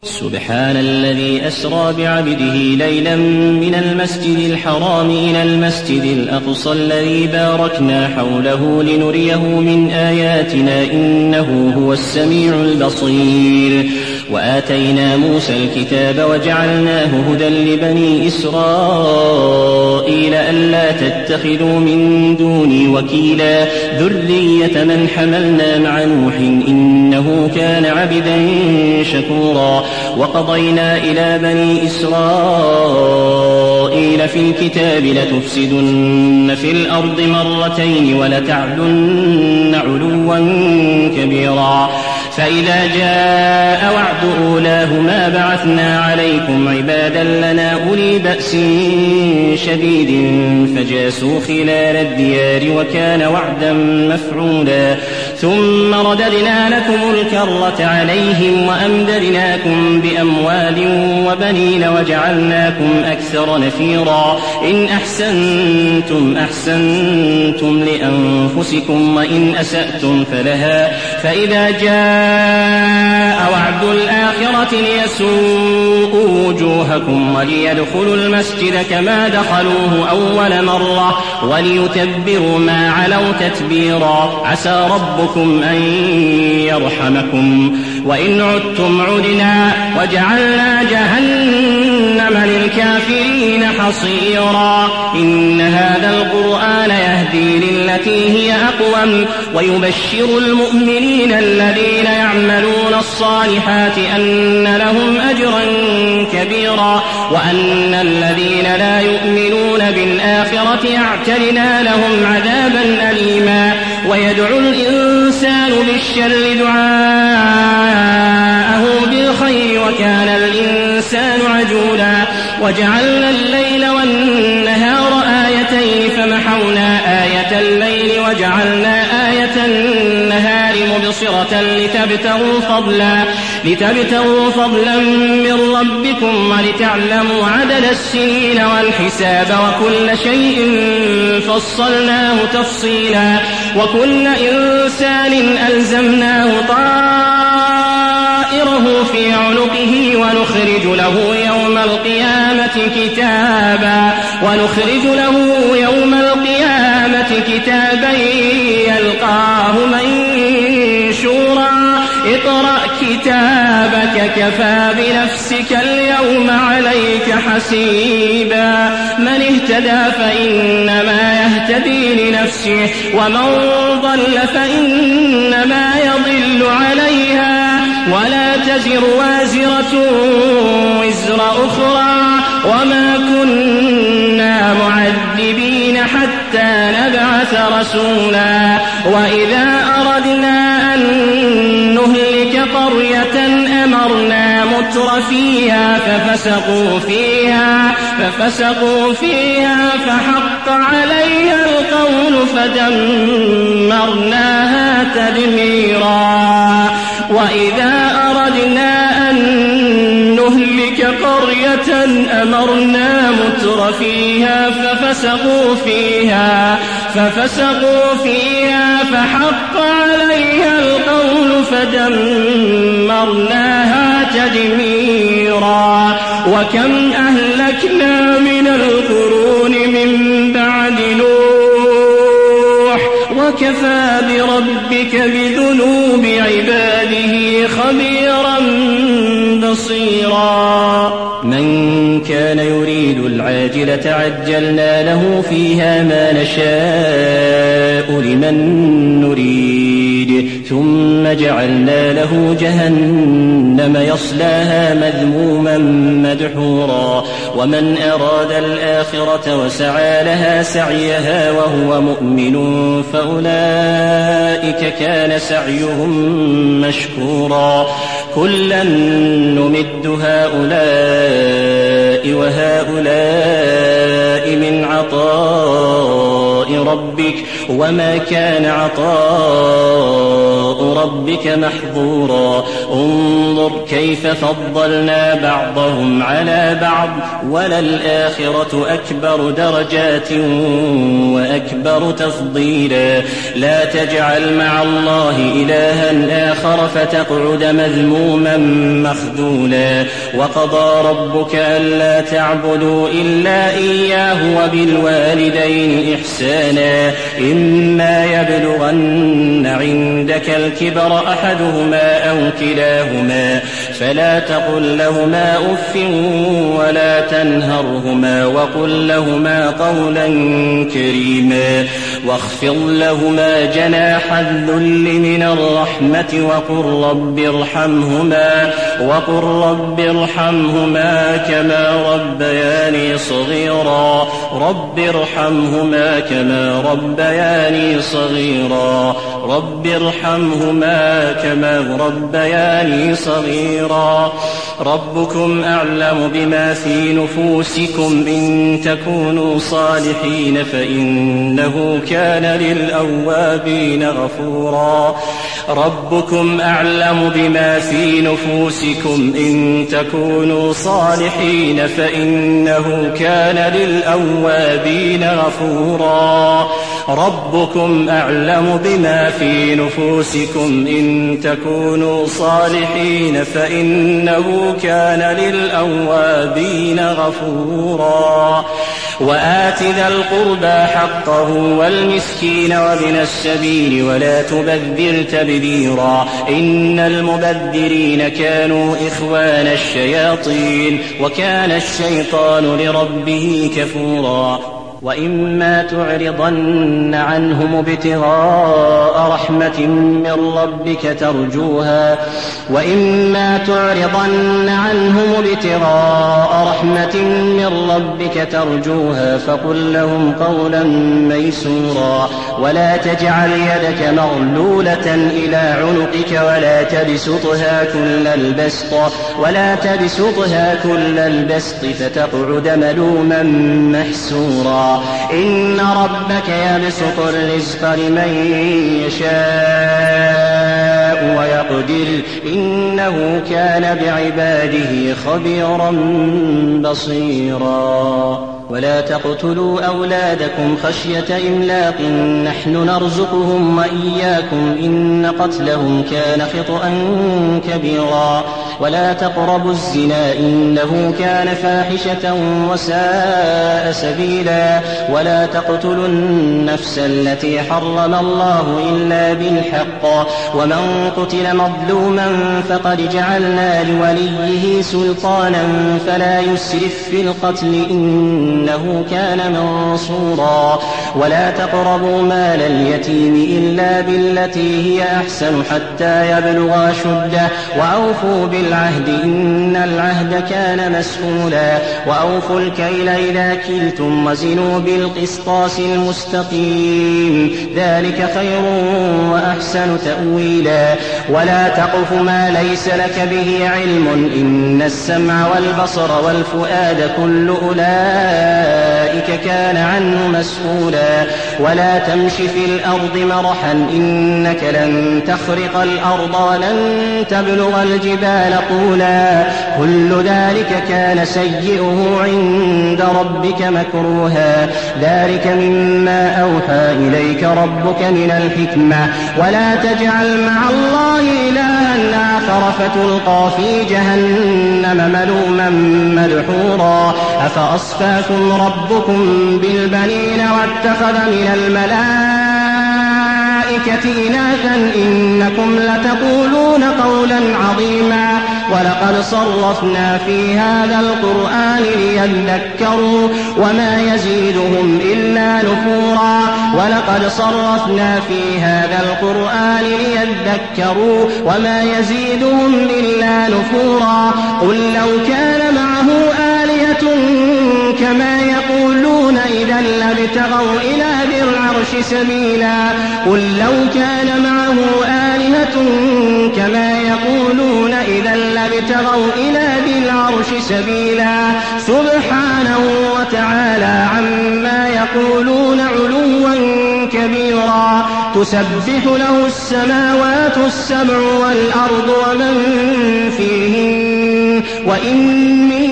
سبحان الذي أسرى بعبده ليلا من المسجد الحرام إلى المسجد الأقصى الذي باركنا حوله لنريه من آياتنا إنه هو السميع البصير. وآتينا موسى الكتاب وجعلناه هدى لبني إسرائيل ألا تتخذوا من دوني وكيلا ذرية من حملنا مع نوح إنه كان عبدا شكورا. وقضينا إلى بني إسرائيل في الكتاب لتفسدن في الأرض مرتين ولتعلن علوا كبيرا. فإذا جاء وعد أولاهما بعثنا عليكم عبادا لنا أولي بأس شديد فجاسوا خلال الديار وكان وعدا مفعولا. ثم رددنا لكم الكرة عليهم وأمددناكم بأموال وبنين وجعلناكم أكثر نفيرا. إن أحسنتم أحسنتم لأنفسكم وإن أسأتم فلها. فإذا جاء وعد الآخرة ليسوءوا وجوهكم وليدخلوا المسجد كما دخلوه أول مرة وليتبروا ما علوا تتبيرا. عسى ربكم أن يرحمكم وإن عدتم عدنا وجعلنا جهنم للكافرين حصيرا. إن هذا القرآن يهدي للتي هي أقوم ويبشر المؤمنين الذين يعملون الصالحات أن لهم أجرا كبيرا وأن الذين لا يؤمنون بالآخرة اعتدنا لهم عذابا أليما. ويدعو الإنسان بالشر دعاءه بالخير وكان الإنسان عجولا. وجعلنا الليل والنهار آيتين فمحونا آية الليل وجعلنا آية النهار مبصرة لتبتغوا فضلا من ربكم ولتعلموا عدد السنين والحساب وكل شيء فصلناه تفصيلا. وكل إنسان ألزمناه طائره في عنقه ونخرج له يوم القيامة كتابا يلقاه منشورا. اقرأ كتابك كفى بنفسك اليوم عليك حسيبا. من اهتدى فإنما يهتدي لنفسه ومن ضل فإنما يضل عليها ولا تزر وازرة وزر أخرى وما كنا معذبين حتى نبعث رسولا. وإذا أردنا أن نهلك قرية أمرنا متر فيها ففسقوا فيها فحق عليها القول فدمرناها تدميرا. وإذا أردنا أن نهلك قرية أمرنا متر فيها ففسقوا فيها فحق عليها القول فدمرناها تدميرا. وكم أهلكنا من القرون من بعد نوح وكفى بربك بذنوب عباده خبيرا بصيرا. من كان يريد العاجلة عجلنا له فيها ما نشاء لمن نريد ثم جعلنا له جهنم يصلاها مذموما مدحورا. ومن أراد الآخرة وسعى لها سعيها وهو مؤمن فأولئك كان سعيهم مشكورا. كلا نمد هؤلاء وهؤلاء من عطاء ربك وما كان عطاء ربك محظورا. انظر كيف فضلنا بعضهم على بعض وللآخرة أكبر درجات وأكبر تفضيلا لا تجعل مع الله إلها آخر فتقعد مذموما مخذولا وقضى ربك ألا تعبدوا إلا إياه وبالوالدين إحسانا إما يبلغن عندك الكبر أحدهما أو كلاهما فلا تقل لهما أف ولا تنهرهما وقل لهما قولا كريما واخفض لهما جناح الذل من الرحمة وقل رب ارحمهما كما ربياني صغيرا رب ارحمهما كما ربياني صغيرا رب ارحمهما كما ربياني صغيرا ربكم أعلم بما في نفوسكم إن تكونوا صالحين فإنه كان للأوابين غفورا ربكم أعلم بما في نفوسكم إن تكونوا صالحين فإنه كان للأوابين غفورا ربكم أعلم بما في نفوسكم إن تكونوا صالحين فإنه كان للأوابين غفورا وآت ذا القربى حقه والمسكين وابن السبيل ولا تبذر تبذيرا إن المبذرين كانوا إخوان الشياطين وكان الشيطان لربه كفورا وإما تعرضن عنهم ابتغاء رحمة من ربك ترجوها فقل لهم قولا ميسورا ولا تجعل يدك مغلولة إلى عنقك ولا تبسطها كل البسط فتقعد ملوما محسورا إن ربك يبسط الرزق لمن يشاء ويقدر إنه كان بعباده خبيرا بصيرا ولا تقتلوا أولادكم خشية إملاق نحن نرزقهم وإياكم إن قتلهم كان خطأ كبيرا ولا تقربوا الزنا إنه كان فاحشة وساء سبيلا ولا تقتلوا النفس التي حرم الله إلا بالحق ومن قتل مظلوما فقد جعلنا لوليه سلطانا فلا يسرف في القتل إنه كان منصورا ولا تقربوا مال اليتيم إلا بالتي هي أحسن حتى يبلغ أشده وأوفوا بالعهد إن العهد كان مسؤولا وأوفوا الكيل إذا كلتم وزنوا بالقسطاس المستقيم ذلك خير وأحسن تأويلا ولا تقف ما ليس لك به علم إن السمع والبصر والفؤاد كل أولئك كان عنه مسؤولا ولا تمش في الأرض مرحا إنك لن تخرق الأرض ولن تبلغ الجبال طولا كل ذلك كان سيئه عند ربك مكروها ذلك مما أوحى إليك ربك من الحكمة ولا تجعل مع الله إلها آخر فتلقى في جهنم ملوما مدحورا أفأصفاكم ربكم بالبنين واتخذ من الملائكة إناثا إنكم لتقولون قولا عظيما ولقد صرفنا في هذا القرآن ليذكروا وما يزيدهم إلا نفورا ولقد صرفنا في هذا القرآن ليذكروا وما يزيدهم إلا نفورا قل لو كان معه آلهة كما يقولون إذا لابتغوا إلى ذي العرش سبيلا قل لو كان معه آلهة كما يقولون إذا لابتغوا إلى ذي العرش سبيلا سبحانه وتعالى عما يقولون علوا كبيرا تسبح له السماوات السبع والأرض ومن فيهن وإن من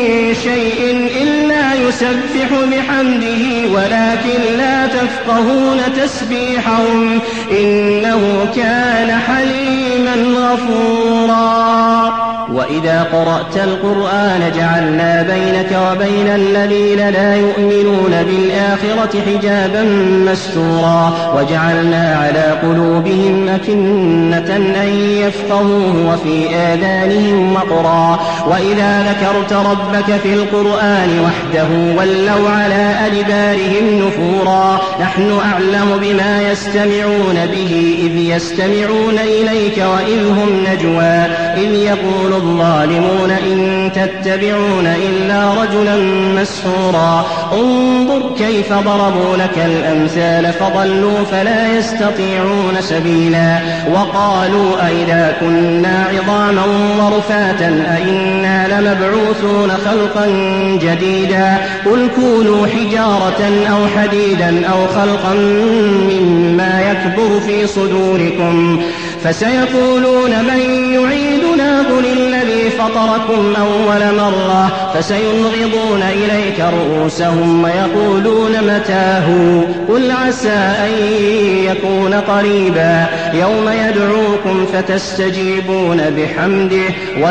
شيء إلا يسبح بحمده ولكن لا تفقهون تسبيحهم إنه كان حليما غفورا. وإذا قرأت القرآن جعلنا بينك وبين الذين لا يؤمنون بالآخرة حجابا مستورا وجعلنا على قلوبهم أكنة أن يفقهوه وفي آذانهم وقرا وإذا ذكرت ربك في القرآن وحده ولوا على أدبارهم نفورا. نحن أعلم بما يستمعون به إذ يستمعون إليك وإذ هم نجوى إذ يقول الظالمون إن تتبعون إلا رجلا مسحورا. انظر كيف ضربوا لك الأمثال فضلوا فلا يستطيعون سبيلا. وقالوا أئذا كنا عظاما ورفاتا أئنا لمبعوثون خلقا جديدا قل كونوا حجارة أو حديدا أو خلقا مما يكبر في صدوركم فسيقولون من يعيدنا قل الذي فطركم أول مرة فسينغضون إليك رؤوسهم ويقولون متاه قل عسى أن يكون قريبا يوم يدعوكم فتستجيبون بحمده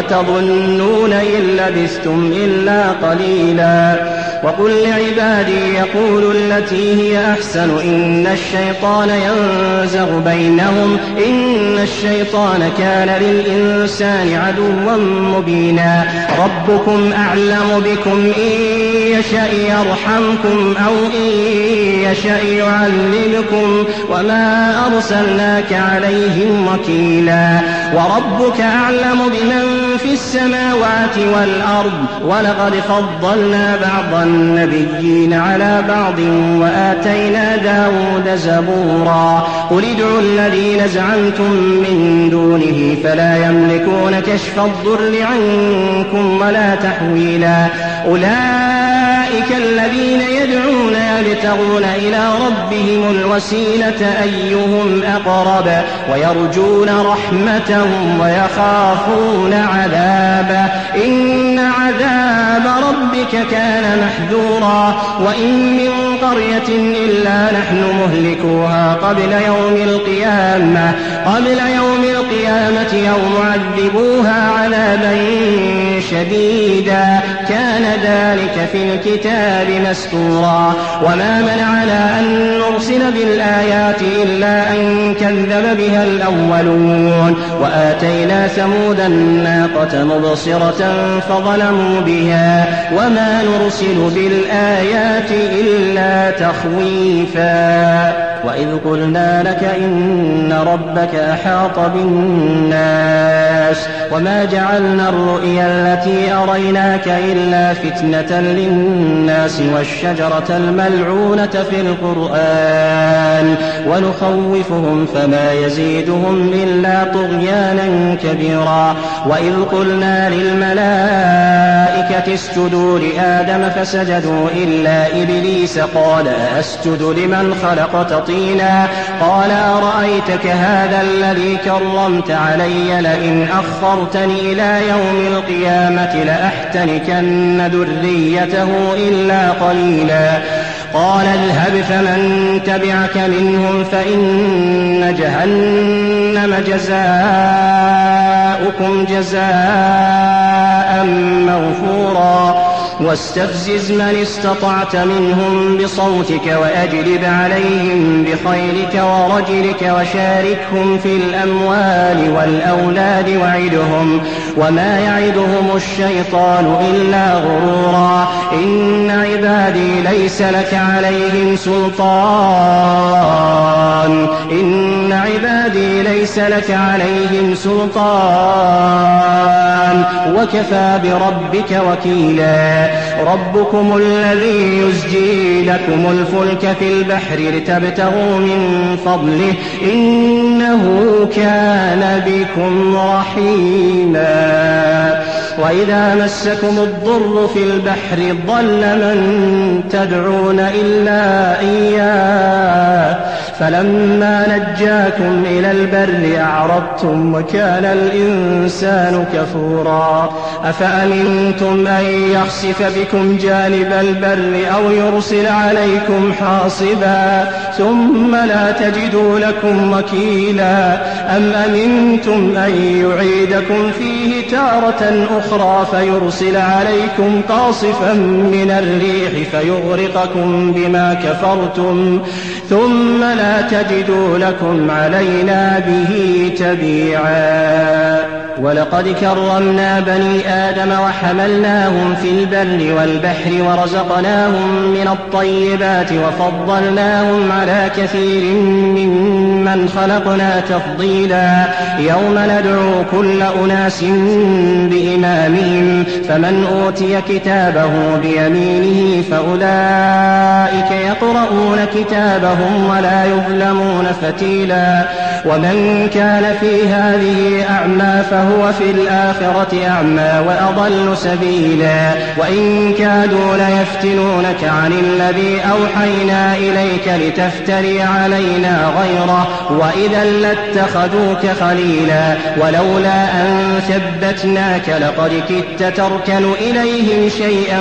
وتظنون إن لبثتم إلا قليلا. وقل لعبادي يقولوا التي هي أحسن إن الشيطان ينزغ بينهم إن الشيطان كان للإنسان عدوا مبينا. ربكم أعلم بكم إن يشأ يرحمكم أو إن يشأ يعلمكم وما أرسلناك عليهم وكيلا. وربك أعلم بمن في السماوات والأرض ولقد فضلنا بعض النبيين على بعض وآتينا داود زبورا. قل ادعوا الذين زعمتم من دونه فلا يملكون كشف الضر عنكم ولا تحويلا. أولئك الذين يدعون يبتغون إلى ربهم الوسيلة أيهم أقرب ويرجون رحمتهم ويخافون عذابه إن عذاب ربك كان محذورا. وإن من قرية إلا نحن مهلكوها قبل يوم القيامة أو معذبوها عذابا شديدا كان ذلك في الكتاب مسطورا. وما منعنا أن نرسل بالآيات إلا أن كذب بها الأولون وآتينا ثمود الناقة مبصرة فظلموا بها وما نرسل بالآيات إلا تخويفا. وإذ قلنا لك إن ربك أحاط بالناس وما جعلنا الرؤيا التي أريناك إلا فتنة للناس والشجرة الملعونة في القرآن ونخوفهم فما يزيدهم إلا طغيانا كبيرا. وإذ قلنا للملائكة اسجدوا لآدم فسجدوا إلا إبليس قال أسجد لمن خلقت طينا قال أرأيتك هذا الذي كرمت علي لئن أخرتني إلى يوم القيامة لأحتنكن ذريته إلا قليلا. قال اذهب فمن تبعك منهم فإن جهنم جزاؤكم جزاء موفورا. واستفزز من استطعت منهم بصوتك وأجلب عليهم بخيلك ورجلك وشاركهم في الأموال والأولاد وعدهم وما يعدهم الشيطان إلا غرورا. إن عبادي ليس لك عليهم سلطان وكفى بربك وكيلا. ربكم الذي يزجي لكم الفلك في البحر لتبتغوا من فضله إنه كان بكم رحيما. وإذا مسكم الضر في البحر ضل من تدعون إلا إياه فلما نجاكم إلى البر أعرضتم وكان الإنسان كفورا أفأمنتم أن يخسف بكم جانب البر أو يرسل عليكم حاصبا ثم لا تجدوا لكم وكيلا أم أمنتم أن يعيدكم فيه تارة أخرى فيرسل عليكم قاصفا من الريح فيغرقكم بما كفرتم ثم لا تجدوا لكم علينا به تبيعا ولقد كرمنا بني آدم وحملناهم في البر والبحر ورزقناهم من الطيبات وفضلناهم على كثير ممن خلقنا تفضيلا يوم ندعو كل أناس بإمامهم فمن أوتي كتابه بيمينه فأولئك يقرؤون كتابهم ولا يظلمون فتيلا ومن كان في هذه أعمى فهو في الآخرة أعمى وأضل سبيلا وإن كادوا ليفتنونك عن الذي أوحينا إليك لتفتري علينا غيره وإذا لاتخذوك خليلا ولولا أن ثبتناك لقد كدت تركن إليهم شيئا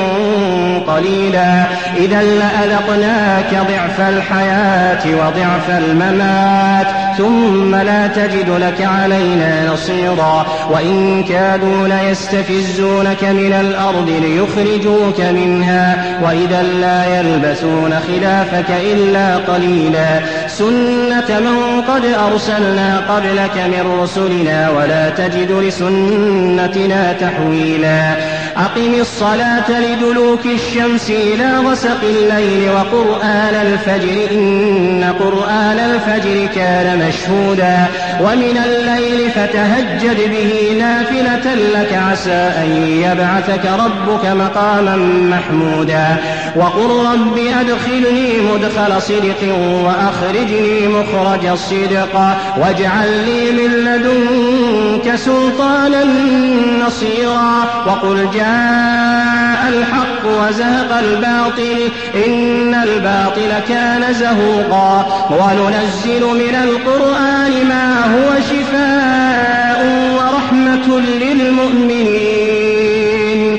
قليلا إذا لأذقناك ضعف الحياة وضعف الممات ثم لا تجد لك علينا نصيرا وإن كادوا ليستفزونك من الأرض ليخرجوك منها وإذا لا يلبثون خلافك إلا قليلا سنة من قد أرسلنا قبلك من رسلنا ولا تجد لسنتنا تحويلا أقم الصلاة لدلوك الشمس إلى غسق الليل وقرآن الفجر إن قرآن الفجر كان مشهودا ومن الليل فتهجد به نافلة لك عسى أن يبعثك ربك مقاما محمودا وقل رب أدخلني مدخل صدق وأخرجني مخرج صدق واجعل لي من لدنك سلطانا نصيرا وقل جاء الحق وزهق الباطل إن الباطل كان زهوقا وننزل من القرآن ما هو شفاء ورحمة للمؤمنين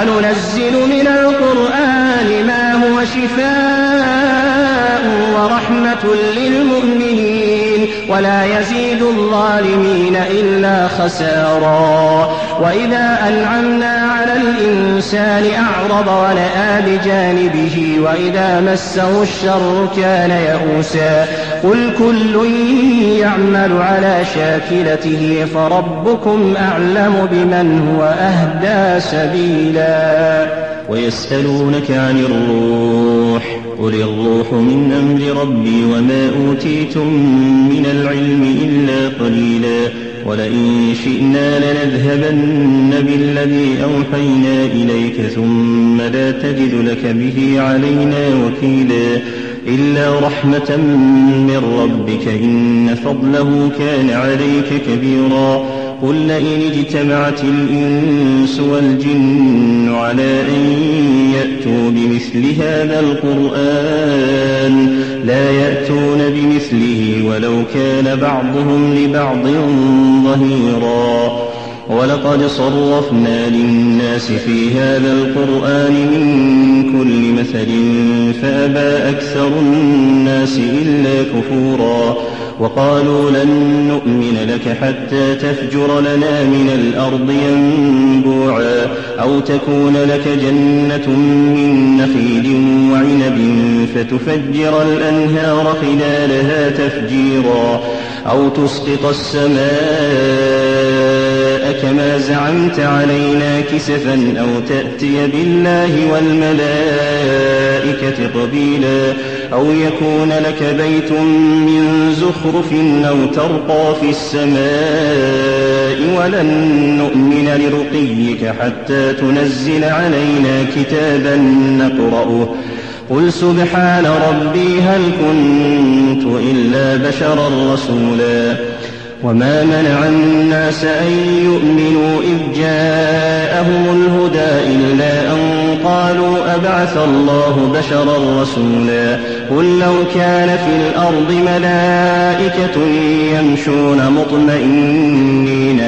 ولا يزيد الظالمين إلا خسارا وإذا أنعمنا على الإنسان أعرض ونأى بجانبه وإذا مسه الشر كان يئوسا قل كل يعمل على شاكلته فربكم أعلم بمن هو أهدى سبيلا ويسألونك عن الروح قل الروح من أمر ربي وما أوتيتم من العلم إلا قليلا ولئن شئنا لنذهبن بالذي أوحينا إليك ثم لا تجد لك به علينا وكيلا إلا رحمة من ربك إن فضله كان عليك كبيرا قل لئن اجتمعت الإنس والجن على أن يأتوا بمثل هذا القرآن لا يأتون بمثله ولو كان بعضهم لبعض ظهيرا ولقد صرفنا للناس في هذا القرآن من كل مثل فأبى أكثر الناس إلا كفورا وقالوا لن نؤمن لك حتى تفجر لنا من الأرض ينبوعا أو تكون لك جنة من نخيل وعنب فتفجر الأنهار خلالها تفجيرا أو تسقط السماء كما زعمت علينا كسفا أو تأتي بالله والملائكة قبيلا أو يكون لك بيت من زخرف أو ترقى في السماء ولن نؤمن لرقيك حتى تنزل علينا كتابا نقرأه قل سبحان ربي هل كنت إلا بشرا رسولا وما منع الناس أن يؤمنوا إذ جاءهم الهدى إلا أن قالوا أبعث الله بشرا رسولا قل لو كان في الأرض ملائكة يمشون مطمئنين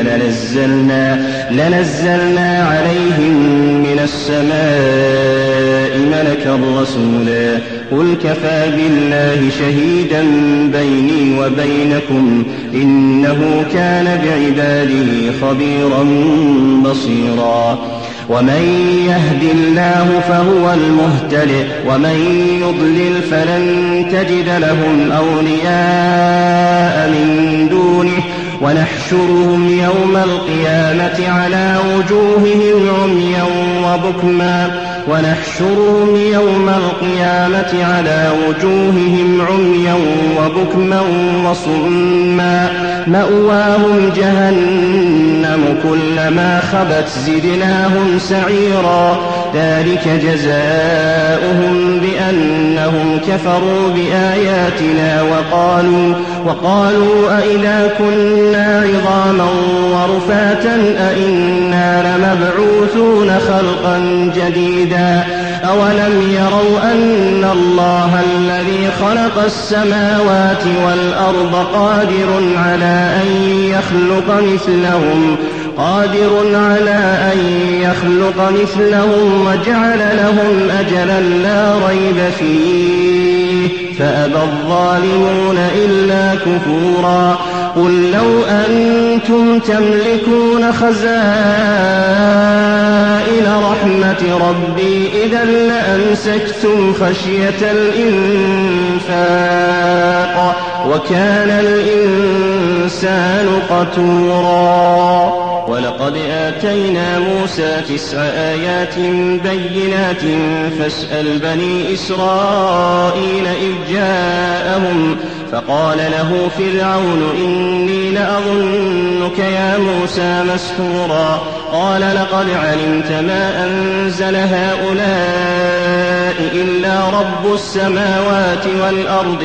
لنزلنا عليهم من السماء ملكا رسولا قل كفى بالله شهيدا بيني وبينكم إنه كان بعباده خبيرا بصيرا ومن يهد الله فهو المهتدي ومن يضلل فلن تجد لهم أولياء من دونه ونحشرهم يوم القيامة على وجوههم عميا وبكما وصما مأواهم جهنم كلما خبت زدناهم سعيرا ذلك جزاؤهم بأنهم كفروا بآياتنا وقالوا أئذا كنا عظاما ورفاتا أئنا لمبعوثون خلقا جديدا أولم يروا أن الله الذي خلق السماوات والأرض قادر على أن يخلق مثلهم وجعل لهم أجلا لا ريب فيه فأبى الظالمون إلا كفورا قل لو أنتم تملكون خزائن رحمة ربي إذا لأمسكتم خشية الإنفاق وكان الإنسان قتورا ولقد آتينا موسى 9 آيات بينات فاسأل بني إسرائيل إذ جاءهم فقال له فرعون إني لأظنك يا موسى مسحورا قال لقد علمت ما أنزل هؤلاء إلا رب السماوات والأرض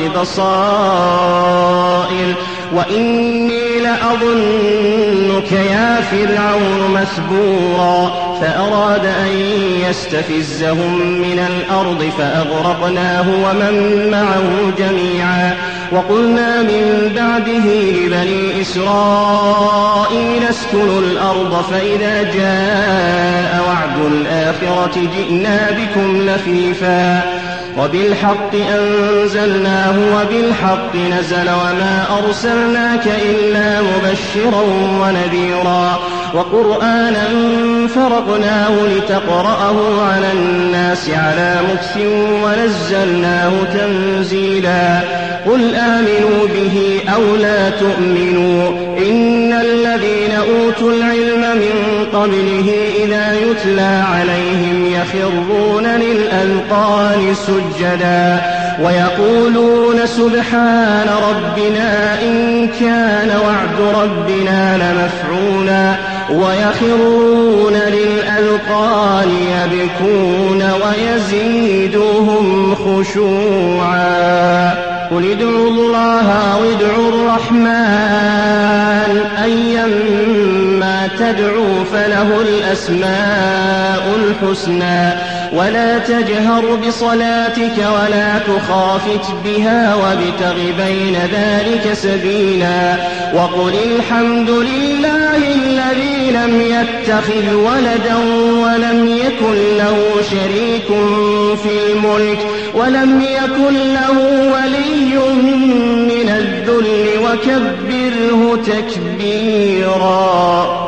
بصائر وإني لأظنك يا فرعون مثبورا فأراد أن يستفزهم من الأرض فأغرقناه ومن معه جميعا وقلنا من بعده لبني إسرائيل اسكنوا الأرض فإذا جاء وعد الآخرة جئنا بكم لفيفا وبالحق أنزلناه وبالحق نزل وما أرسلناك إلا مبشرا ونذيرا وقرآنا فرقناه لتقرأه على الناس على مكث ونزلناه تنزيلا قل آمنوا به أو لا تؤمنوا إن الذين أوتوا العلم من قبله إذا يتلى عليهم يخرون للأذقان سجدا ويقولون سبحان ربنا إن كان وعد ربنا لمفعولا ويخرون للأذقان يبكون ويزيدهم خشوعا قل ادعوا الله أو ادعوا الرحمن أيما تدعوا فله الأسماء الحسنى ولا تجهر بصلاتك ولا تخافت بها وابتغ بين ذلك سبيلا وقل الحمد لله الذي لم يتخذ ولدا ولم يكن له شريك في الملك ولم يكن له ولي من الذل وكبره تكبيرا.